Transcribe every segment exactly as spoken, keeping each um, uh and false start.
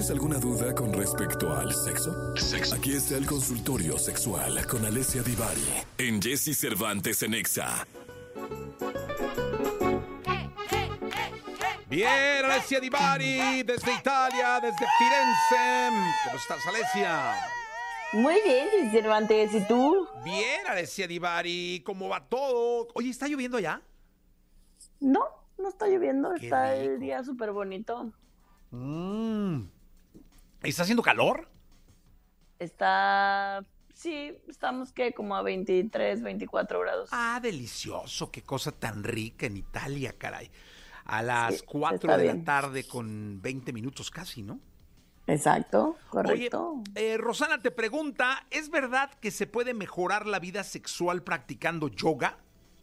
¿Tienes alguna duda con respecto al sexo? Sexo. Aquí está el consultorio sexual con Alessia Divari en Jesse Cervantes en Exa. Bien, Alessia Divari, desde Italia, desde Firenze. ¿Cómo estás, Alessia? Muy bien, Jesse Cervantes, ¿y tú? Bien, Alessia Divari, ¿cómo va todo? Oye, ¿está lloviendo allá? No, no está lloviendo, Qué está rico. el día súper bonito. Mm. ¿Está haciendo calor? Está, sí, estamos que como a veintitrés, veinticuatro grados. Ah, delicioso, qué cosa tan rica en Italia, caray. A las Sí, cuatro está de bien. la tarde con veinte minutos casi, ¿no? Exacto, correcto. Oye, eh, Rosana te pregunta, ¿es verdad que se puede mejorar la vida sexual practicando yoga?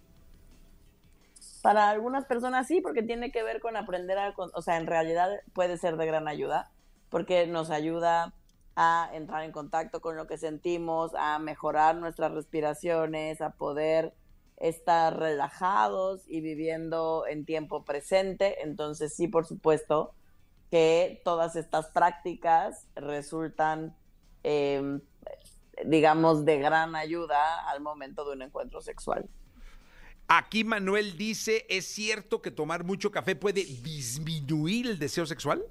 Para algunas personas sí, porque tiene que ver con aprender a, con- o sea, en realidad puede ser de gran ayuda, porque nos ayuda a entrar en contacto con lo que sentimos, a mejorar nuestras respiraciones, a poder estar relajados y viviendo en tiempo presente. Entonces sí, por supuesto que todas estas prácticas resultan, eh, digamos, de gran ayuda al momento de un encuentro sexual. Aquí Manuel dice, ¿es cierto que tomar mucho café puede disminuir el deseo sexual?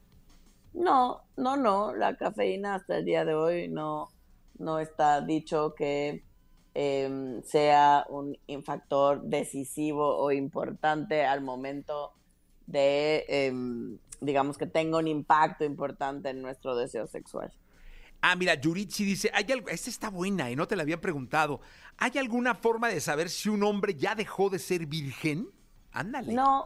No, no, no, la cafeína hasta el día de hoy no, no está dicho que eh, sea un factor decisivo o importante al momento de, eh, digamos, que tenga un impacto importante en nuestro deseo sexual. Ah, mira, Yuritsi dice, ¿hay algo? Esta está buena y no te la había preguntado. ¿Hay alguna forma de saber si un hombre ya dejó de ser virgen? Ándale. No,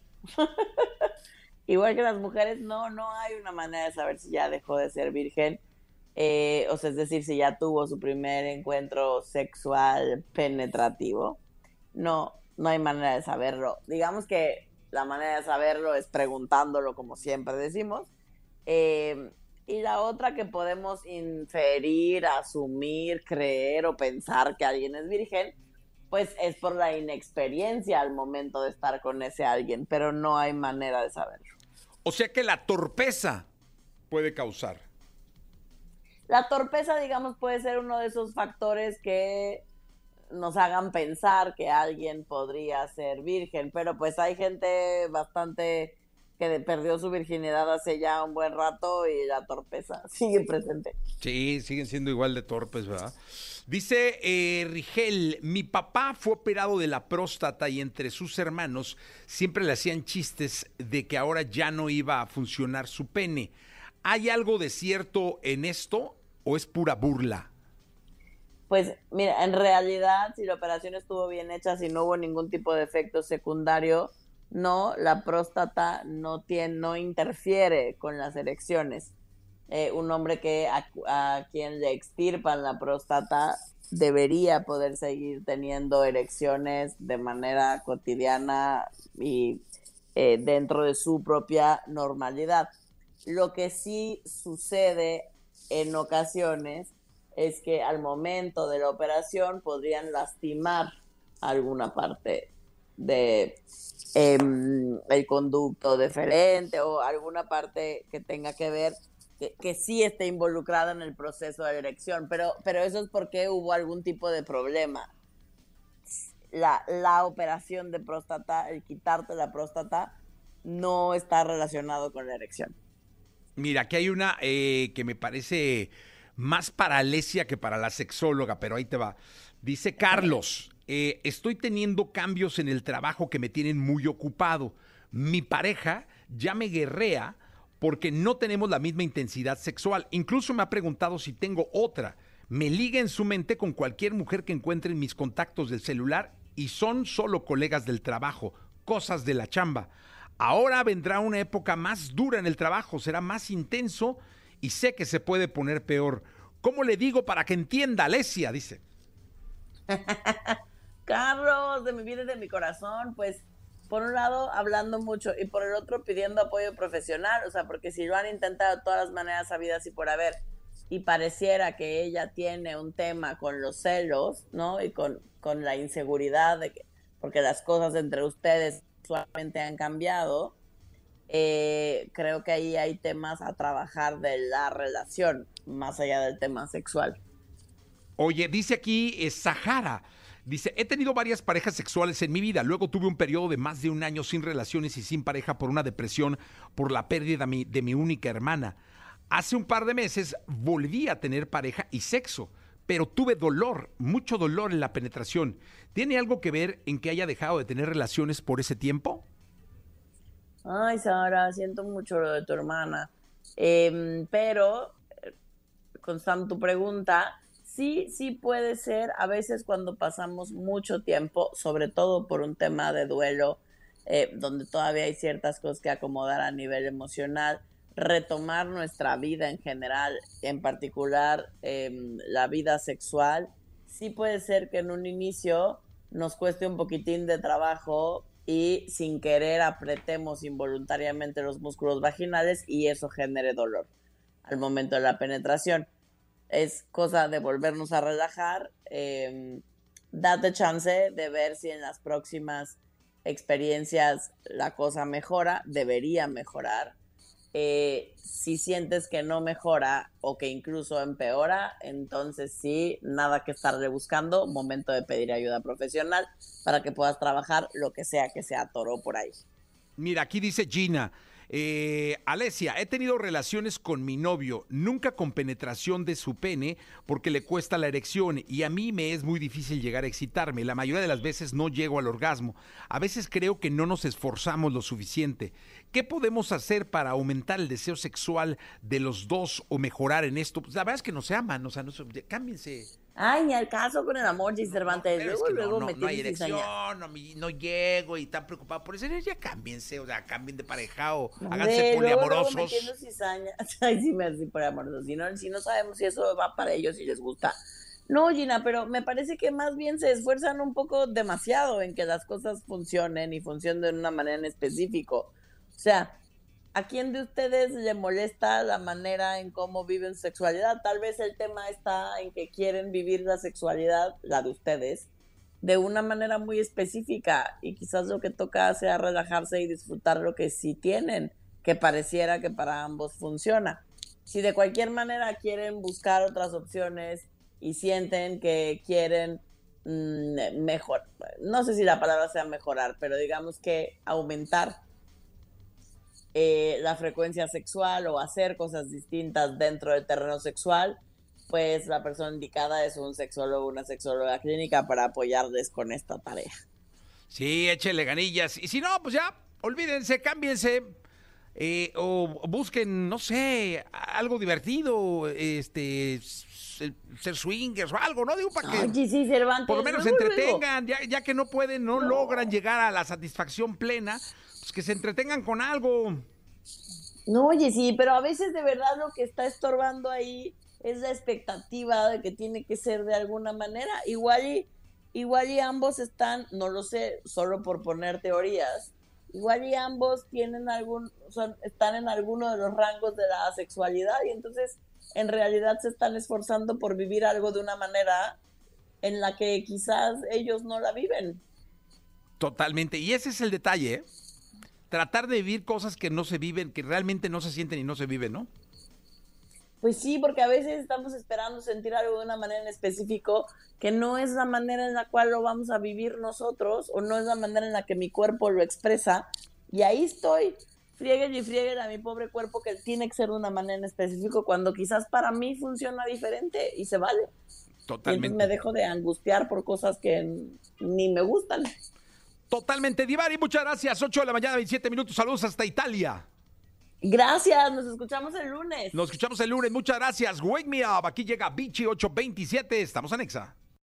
igual que las mujeres, no, no hay una manera de saber si ya dejó de ser virgen. Eh, o sea, es decir, si ya tuvo su primer encuentro sexual penetrativo. No, no hay manera de saberlo. Digamos que la manera de saberlo es preguntándolo, como siempre decimos. Eh, y la otra que podemos inferir, asumir, creer o pensar que alguien es virgen, pues es por la inexperiencia al momento de estar con ese alguien, pero no hay manera de saberlo. O sea que la torpeza puede causar. La torpeza, digamos, puede ser uno de esos factores que nos hagan pensar que alguien podría ser virgen, pero pues hay gente bastante que perdió su virginidad hace ya un buen rato y la torpeza sigue presente. Sí, siguen siendo igual de torpes, ¿verdad? Dice eh, Rigel, mi papá fue operado de la próstata y entre sus hermanos siempre le hacían chistes de que ahora ya no iba a funcionar su pene. ¿Hay algo de cierto en esto o es pura burla? Pues mira, en realidad si la operación estuvo bien hecha, si no hubo ningún tipo de efecto secundario, no, la próstata no tiene, no interfiere con las erecciones. Eh, un hombre que a, a quien le extirpan la próstata debería poder seguir teniendo erecciones de manera cotidiana y eh, dentro de su propia normalidad. Lo que sí sucede en ocasiones es que al momento de la operación podrían lastimar alguna parte de eh, el conducto deferente o alguna parte que tenga que ver que, que sí esté involucrada en el proceso de erección, pero, pero eso es porque hubo algún tipo de problema. La, la operación de próstata, el quitarte la próstata, no está relacionado con la erección. Mira, aquí hay una eh, que me parece más para Alessia que para la sexóloga, pero ahí te va. Dice Carlos, eh, estoy teniendo cambios en el trabajo que me tienen muy ocupado. Mi pareja ya me guerrea porque no tenemos la misma intensidad sexual. Incluso me ha preguntado si tengo otra. Me liga en su mente con cualquier mujer que encuentre en mis contactos del celular y son solo colegas del trabajo, cosas de la chamba. Ahora vendrá una época más dura en el trabajo, será más intenso y sé que se puede poner peor. ¿Cómo le digo para que entienda, Alessia? Dice. Carlos, de mi vida y de mi corazón, pues por un lado hablando mucho y por el otro pidiendo apoyo profesional, o sea, porque si lo han intentado de todas las maneras habidas y por haber y pareciera que ella tiene un tema con los celos, ¿no? Y con, con la inseguridad de que, porque las cosas entre ustedes solamente han cambiado, eh, creo que ahí hay temas a trabajar de la relación, más allá del tema sexual. Oye, dice aquí eh, Sahara, dice, he tenido varias parejas sexuales en mi vida, luego tuve un periodo de más de un año sin relaciones y sin pareja por una depresión por la pérdida de mi, de mi única hermana. Hace un par de meses volví a tener pareja y sexo, pero tuve dolor, mucho dolor en la penetración. ¿Tiene algo que ver en que haya dejado de tener relaciones por ese tiempo? Ay, Sara, siento mucho lo de tu hermana. Eh, pero, contestando tu pregunta, sí, sí puede ser, a veces cuando pasamos mucho tiempo, sobre todo por un tema de duelo, eh, donde todavía hay ciertas cosas que acomodar a nivel emocional, retomar nuestra vida en general, en particular eh, la vida sexual, sí puede ser que en un inicio nos cueste un poquitín de trabajo y sin querer apretemos involuntariamente los músculos vaginales y eso genere dolor al momento de la penetración. Es cosa de volvernos a relajar, eh, date chance de ver si en las próximas experiencias la cosa mejora, debería mejorar. Eh, si sientes que no mejora o que incluso empeora, entonces sí, nada que estarle buscando, momento de pedir ayuda profesional para que puedas trabajar lo que sea que se atoró por ahí. Mira, aquí dice Gina, eh, Alesia, he tenido relaciones con mi novio, nunca con penetración de su pene porque le cuesta la erección y a mí me es muy difícil llegar a excitarme. La mayoría de las veces no llego al orgasmo. A veces creo que no nos esforzamos lo suficiente. ¿Qué podemos hacer para aumentar el deseo sexual de los dos o mejorar en esto? Pues la verdad es que no se aman, o sea, no se, cámbiense. Ay, ni al caso con el amor, Gis Cervantes. No, luego, es que luego no, me no, no hay tienes erección, cizaña. no, no llego y están preocupados por eso. Ya cámbiense, o sea, cambien de pareja o Hombre, háganse poliamorosos. Luego, luego metiendo cizaña. Ay, sí, me hace poliamorosos. Si no, si no sabemos si eso va para ellos, si les gusta. No, Gina, pero me parece que más bien se esfuerzan un poco demasiado en que las cosas funcionen y funcionen de una manera en específico. O sea, ¿a quién de ustedes le molesta la manera en cómo viven su sexualidad? Tal vez el tema está en que quieren vivir la sexualidad, la de ustedes, de una manera muy específica y quizás lo que toca sea relajarse y disfrutar lo que sí tienen, que pareciera que para ambos funciona. Si de cualquier manera quieren buscar otras opciones y sienten que quieren mmm, mejor, no sé si la palabra sea mejorar, pero digamos que aumentar Eh, la frecuencia sexual o hacer cosas distintas dentro del terreno sexual, pues la persona indicada es un sexólogo o una sexóloga clínica para apoyarles con esta tarea. Sí, échenle ganillas. Y si no, pues ya, olvídense, cámbiense. Eh, o busquen, no sé, algo divertido, este, ser swingers o algo, ¿no? Digo, para que Oye, sí, Cervantes, por lo menos se luego, entretengan, ya, ya que no pueden, no, No. logran llegar a la satisfacción plena, pues que se entretengan con algo. No, oye, sí, pero a veces de verdad lo que está estorbando ahí es la expectativa de que tiene que ser de alguna manera. Igual y, igual y ambos están, no lo sé, solo por poner teorías, igual y ambos tienen algún, son, están en alguno de los rangos de la sexualidad y entonces en realidad se están esforzando por vivir algo de una manera en la que quizás ellos no la viven. Totalmente, y ese es el detalle, ¿eh? Tratar de vivir cosas que no se viven, que realmente no se sienten y no se viven, ¿no? Pues sí, porque a veces estamos esperando sentir algo de una manera en específico que no es la manera en la cual lo vamos a vivir nosotros o no es la manera en la que mi cuerpo lo expresa. Y ahí estoy, friegue y friegue a mi pobre cuerpo que tiene que ser de una manera en específico cuando quizás para mí funciona diferente y se vale. Totalmente. Y entonces me dejo de angustiar por cosas que ni me gustan. Totalmente, Divari, muchas gracias. ocho de la mañana, veintisiete minutos. Saludos hasta Italia. Gracias, nos escuchamos el lunes. Nos escuchamos el lunes. Muchas gracias. Wake me up. Aquí llega Vichy ocho veintisiete. Estamos en Exa.